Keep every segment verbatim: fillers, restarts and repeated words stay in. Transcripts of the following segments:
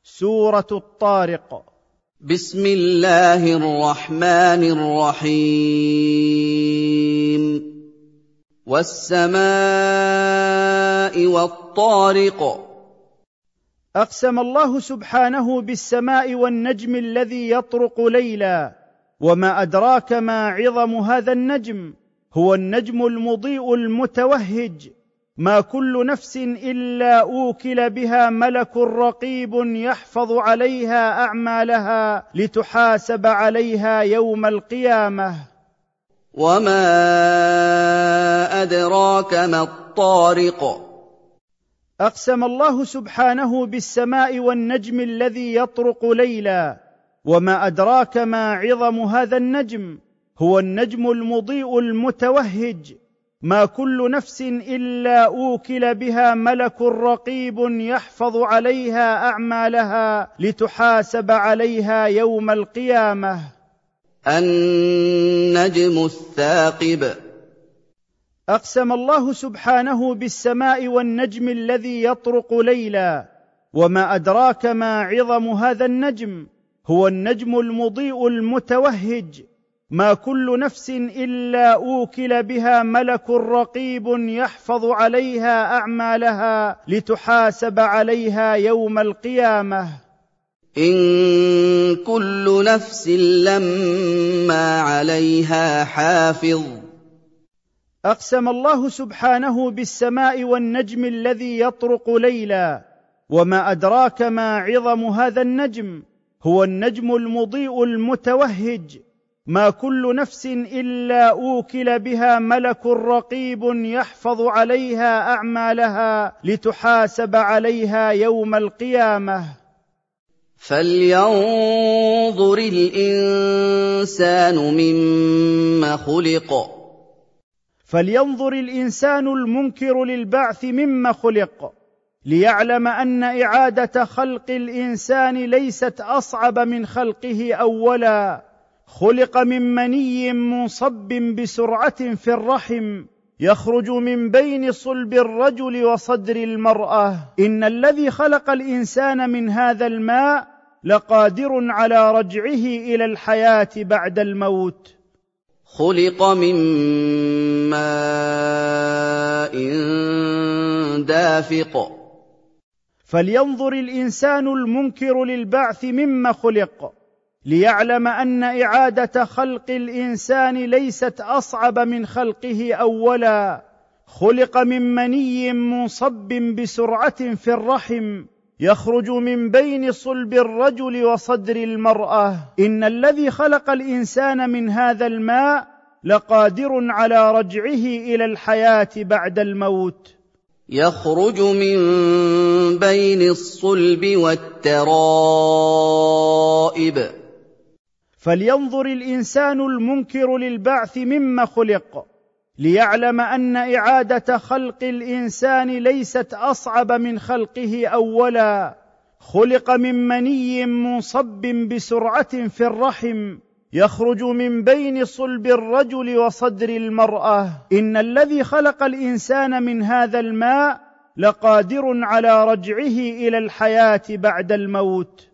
سورة الطارق. بسم الله الرحمن الرحيم. والسماء والطارق. أقسم الله سبحانه بالسماء والنجم الذي يطرق ليلا، وما أدراك ما عظم هذا النجم. هو النجم المضيء المتوهج، ما كل نفس إلا أوكل بها ملك رقيب يحفظ عليها أعمالها لتحاسب عليها يوم القيامة. وما أدراك ما الطارق. أقسم الله سبحانه بالسماء والنجم الذي يطرق ليلا، وما أدراك ما عظم هذا النجم. هو النجم المضيء المتوهج، ما كل نفس إلا أوكل بها ملك رقيب يحفظ عليها أعمالها لتحاسب عليها يوم القيامة. النجم الثاقب. أقسم الله سبحانه بالسماء والنجم الذي يطرق ليلا، وما أدراك ما عظم هذا النجم. هو النجم المضيء المتوهج، ما كل نفس إلا أوكل بها ملك رقيب يحفظ عليها أعمالها لتحاسب عليها يوم القيامة. إن كل نفس لما عليها حافظ. أقسم الله سبحانه بالسماء والنجم الذي يطرق ليلا، وما أدراك ما عظم هذا النجم. هو النجم المضيء المتوهج، ما كل نفس إلا أوكل بها ملك رقيب يحفظ عليها أعمالها لتحاسب عليها يوم القيامة. فلينظر الإنسان مما خلق. فلينظر الإنسان المنكر للبعث مما خلق، ليعلم أن إعادة خلق الإنسان ليست أصعب من خلقه أولا. خلق من مني منصب بسرعة في الرحم، يخرج من بين صلب الرجل وصدر المرأة. إن الذي خلق الإنسان من هذا الماء لقادر على رجعه إلى الحياة بعد الموت. خلق من ماء دافق. فلينظر الإنسان المنكر للبعث مما خلق، ليعلم أن إعادة خلق الإنسان ليست أصعب من خلقه أولا. خلق من مني منصب بسرعة في الرحم، يخرج من بين صلب الرجل وصدر المرأة. إن الذي خلق الإنسان من هذا الماء لقادر على رجعه إلى الحياة بعد الموت. يخرج من بين الصلب والترائب. فلينظر الإنسان المنكر للبعث مما خلق، ليعلم أن إعادة خلق الإنسان ليست أصعب من خلقه أولا. خلق من مني منصب بسرعة في الرحم، يخرج من بين صلب الرجل وصدر المرأة. إن الذي خلق الإنسان من هذا الماء لقادر على رجعه إلى الحياة بعد الموت.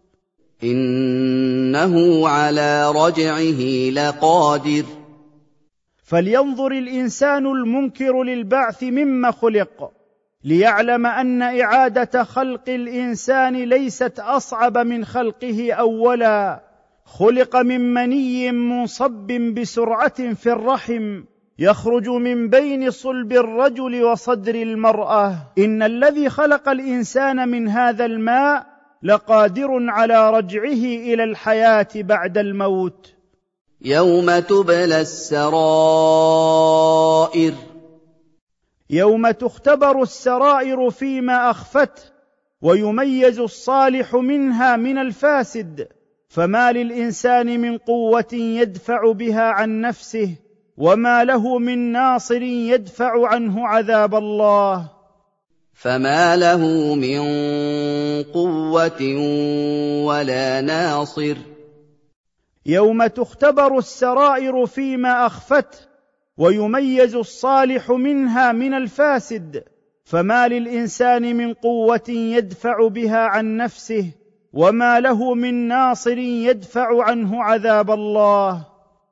إنه على رجعه لقادر. فلينظر الإنسان المنكر للبعث مما خلق، ليعلم أن إعادة خلق الإنسان ليست أصعب من خلقه أولا. خلق من مني منصب بسرعة في الرحم، يخرج من بين صلب الرجل وصدر المرأة. إن الذي خلق الإنسان من هذا الماء لقادر على رجعه إلى الحياة بعد الموت. يوم تبلى السرائر. يوم تختبر السرائر فيما أخفت، ويميز الصالح منها من الفاسد. فما للإنسان من قوة يدفع بها عن نفسه، وما له من ناصر يدفع عنه عذاب الله. فما له من قوة ولا ناصر. يوم تختبر السرائر فيما أخفت، ويميز الصالح منها من الفاسد. فما للإنسان من قوة يدفع بها عن نفسه، وما له من ناصر يدفع عنه عذاب الله.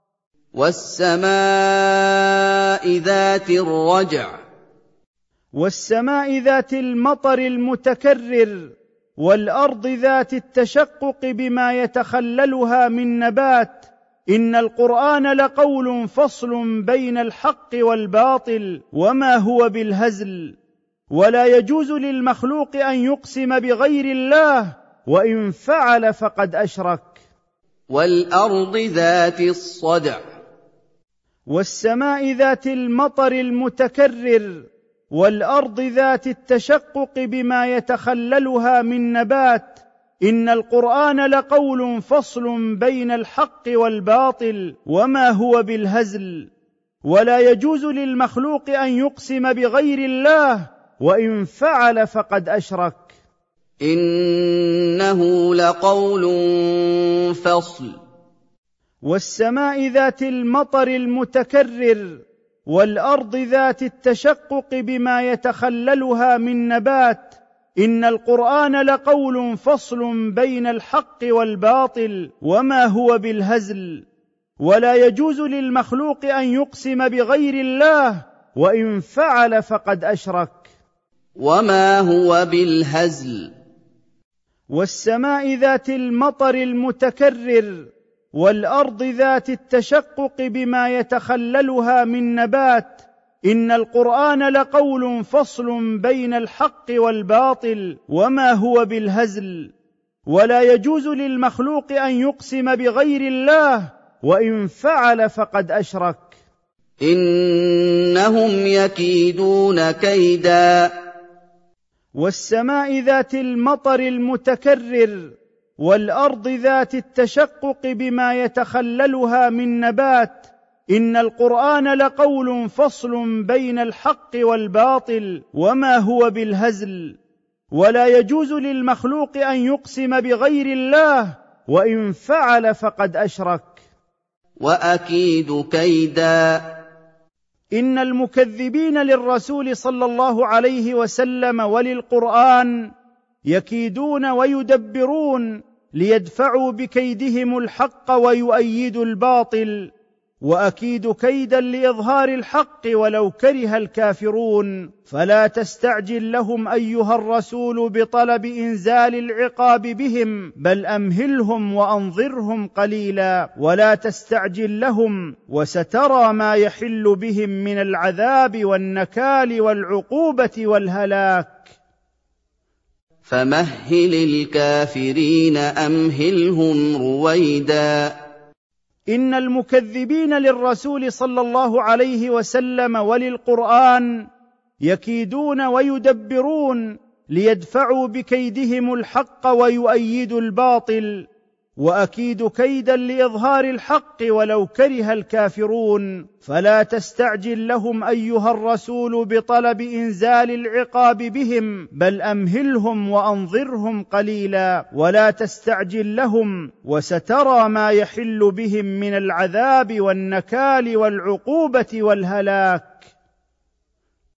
والسماء ذات الرجع والسماء ذات المطر المتكرر، والأرض ذات التشقق بما يتخللها من نبات، إن القرآن لقول فصل بين الحق والباطل وما هو بالهزل. ولا يجوز للمخلوق أن يقسم بغير الله، وإن فعل فقد أشرك. والأرض ذات الصدع والسماء ذات المطر المتكرر، والأرض ذات التشقق بما يتخللها من نبات، إن القرآن لقول فصل بين الحق والباطل وما هو بالهزل. ولا يجوز للمخلوق أن يقسم بغير الله، وإن فعل فقد أشرك. إنه لقول فصل. والسماء ذات المطر المتكرر، والأرض ذات التشقق بما يتخللها من نبات، إن القرآن لقول فصل بين الحق والباطل وما هو بالهزل. ولا يجوز للمخلوق أن يقسم بغير الله، وإن فعل فقد أشرك. وما هو بالهزل. والسماء ذات المطر المتكرر، والأرض ذات التشقق بما يتخللها من نبات، إن القرآن لقول فصل بين الحق والباطل وما هو بالهزل. ولا يجوز للمخلوق أن يقسم بغير الله، وإن فعل فقد أشرك. إنهم يكيدون كيدا. والسماء ذات المطر المتكرر، والأرض ذات التشقق بما يتخللها من نبات، إن القرآن لقول فصل بين الحق والباطل وما هو بالهزل. ولا يجوز للمخلوق أن يقسم بغير الله، وإن فعل فقد أشرك. وأكيد كيدا. إن المكذبين للرسول صلى الله عليه وسلم وللقرآن يكيدون ويدبرون ليدفعوا بكيدهم الحق ويؤيدوا الباطل، وأكيد كيدا لإظهار الحق ولو كره الكافرون. فلا تستعجل لهم أيها الرسول بطلب إنزال العقاب بهم، بل أمهلهم وأنظرهم قليلا. ولا تستعجل لهم، وسترى ما يحل بهم من العذاب والنكال والعقوبة والهلاك. فمهل الكافرين أمهلهم رويدا. إن المكذبين للرسول صلى الله عليه وسلم وللقرآن يكيدون ويدبرون ليدفعوا بكيدهم الحق ويؤيدوا الباطل، وأكيد كيدا لإظهار الحق ولو كره الكافرون. فلا تستعجل لهم أيها الرسول بطلب إنزال العقاب بهم، بل أمهلهم وأنظرهم قليلا. ولا تستعجل لهم، وسترى ما يحل بهم من العذاب والنكال والعقوبة والهلاك.